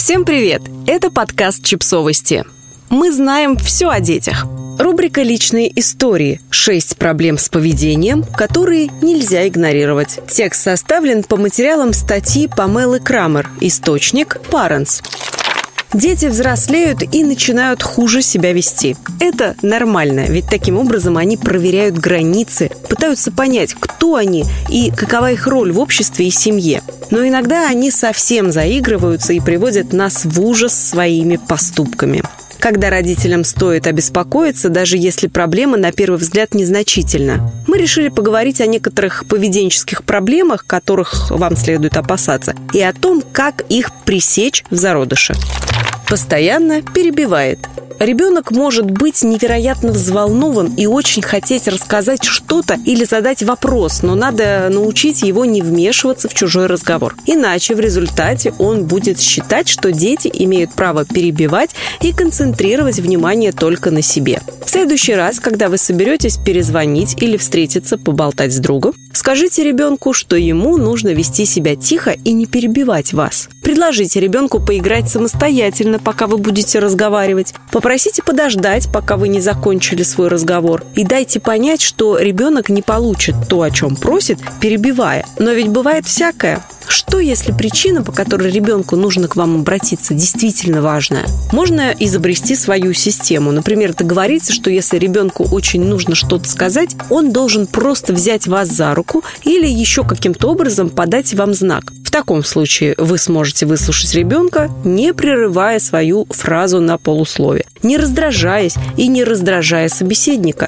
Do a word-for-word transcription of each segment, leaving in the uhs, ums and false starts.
Всем привет! Это подкаст «Чипсовости». Мы знаем все о детях. Рубрика «Личные истории». Шесть проблем с поведением, которые нельзя игнорировать. Текст составлен по материалам статьи Памелы Крамер. Источник «Parents». Дети взрослеют и начинают хуже себя вести. Это нормально, ведь таким образом они проверяют границы, пытаются понять, кто они и какова их роль в обществе и семье. Но иногда они совсем заигрываются и приводят нас в ужас своими поступками. Когда родителям стоит обеспокоиться, даже если проблема на первый взгляд незначительна. Мы решили поговорить о некоторых поведенческих проблемах, которых вам следует опасаться, и о том, как их пресечь в зародыше. Постоянно перебивает. Ребенок может быть невероятно взволнован и очень хотеть рассказать что-то или задать вопрос, но надо научить его не вмешиваться в чужой разговор. Иначе в результате он будет считать, что дети имеют право перебивать и концентрировать внимание только на себе. В следующий раз, когда вы соберетесь перезвонить или встретиться, поболтать с другом, скажите ребенку, что ему нужно вести себя тихо и не перебивать вас. Предложите ребенку поиграть самостоятельно, пока вы будете разговаривать. Попросите подождать, пока вы не закончили свой разговор. И дайте понять, что ребенок не получит то, о чем просит, перебивая. Но ведь бывает всякое. Что, если причина, по которой ребенку нужно к вам обратиться, действительно важная? Можно изобрести свою систему. Например, договориться, что если ребенку очень нужно что-то сказать, он должен просто взять вас за руку или еще каким-то образом подать вам знак. В таком случае вы сможете выслушать ребенка, не прерывая свою фразу на полуслове, не раздражаясь и не раздражая собеседника.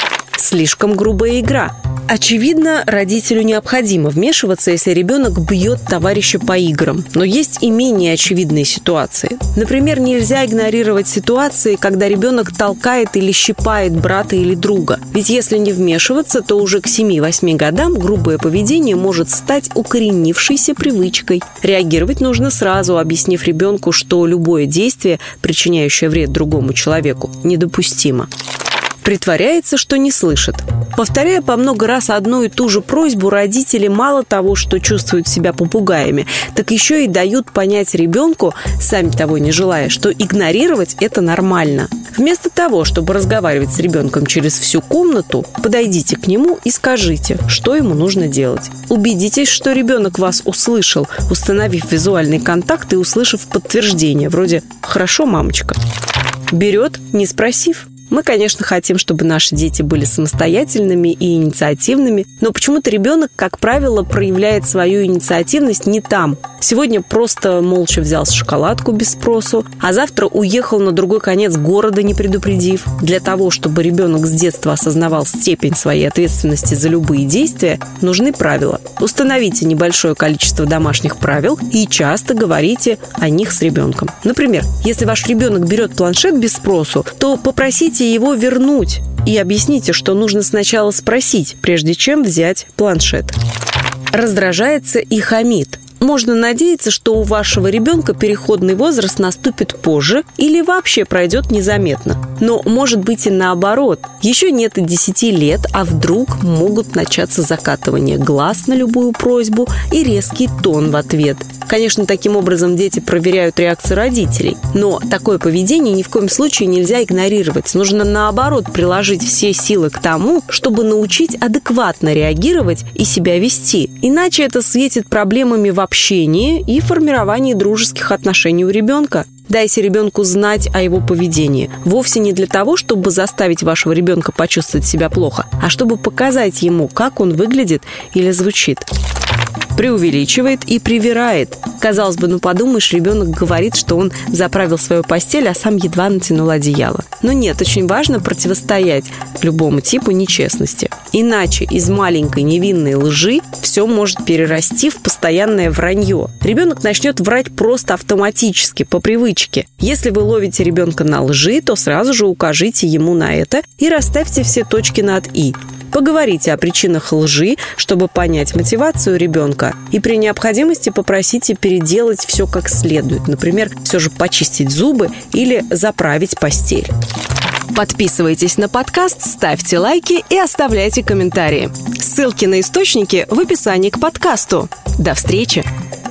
Слишком грубая игра. Очевидно, родителю необходимо вмешиваться, если ребенок бьет товарища по играм. Но есть и менее очевидные ситуации. Например, нельзя игнорировать ситуации, когда ребенок толкает или щипает брата или друга. Ведь если не вмешиваться, то уже к семи-восьми годам грубое поведение может стать укоренившейся привычкой. Реагировать нужно сразу, объяснив ребенку, что любое действие, причиняющее вред другому человеку, недопустимо. Притворяется, что не слышит. Повторяя по много раз одну и ту же просьбу, родители мало того, что чувствуют себя попугаями, так еще и дают понять ребенку, сами того не желая, что игнорировать – это нормально. Вместо того, чтобы разговаривать с ребенком через всю комнату, подойдите к нему и скажите, что ему нужно делать. Убедитесь, что ребенок вас услышал, установив визуальный контакт и услышав подтверждение, вроде «хорошо, мамочка». Берет, не спросив. Мы, конечно, хотим, чтобы наши дети были самостоятельными и инициативными, но почему-то ребенок, как правило, проявляет свою инициативность не там. Сегодня просто молча взял шоколадку без спросу, а завтра уехал на другой конец города, не предупредив. Для того, чтобы ребенок с детства осознавал степень своей ответственности за любые действия, нужны правила. Установите небольшое количество домашних правил и часто говорите о них с ребенком. Например, если ваш ребенок берет планшет без спросу, то попросите его вернуть и объясните, что нужно сначала спросить, прежде чем взять планшет. Раздражается и хамит. Можно надеяться, что у вашего ребенка переходный возраст наступит позже или вообще пройдет незаметно. Но может быть и наоборот. Еще нет и десяти лет, а вдруг могут начаться закатывание глаз на любую просьбу и резкий тон в ответ. Конечно, таким образом дети проверяют реакцию родителей. Но такое поведение ни в коем случае нельзя игнорировать. Нужно, наоборот, приложить все силы к тому, чтобы научить адекватно реагировать и себя вести. Иначе это светит проблемами в общении и формировании дружеских отношений у ребенка. Дайте ребенку знать о его поведении. Вовсе не для того, чтобы заставить вашего ребенка почувствовать себя плохо, а чтобы показать ему, как он выглядит или звучит. Преувеличивает и привирает. Казалось бы, ну подумаешь, ребенок говорит, что он заправил свою постель, а сам едва натянул одеяло. Но нет, очень важно противостоять любому типу нечестности. Иначе из маленькой невинной лжи все может перерасти в постоянное вранье. Ребенок начнет врать просто автоматически, по привычке. Если вы ловите ребенка на лжи, то сразу же укажите ему на это и расставьте все точки над «и». Поговорите о причинах лжи, чтобы понять мотивацию ребенка. И при необходимости попросите переделать все как следует. Например, все же почистить зубы или заправить постель. Подписывайтесь на подкаст, ставьте лайки и оставляйте комментарии. Ссылки на источники в описании к подкасту. До встречи!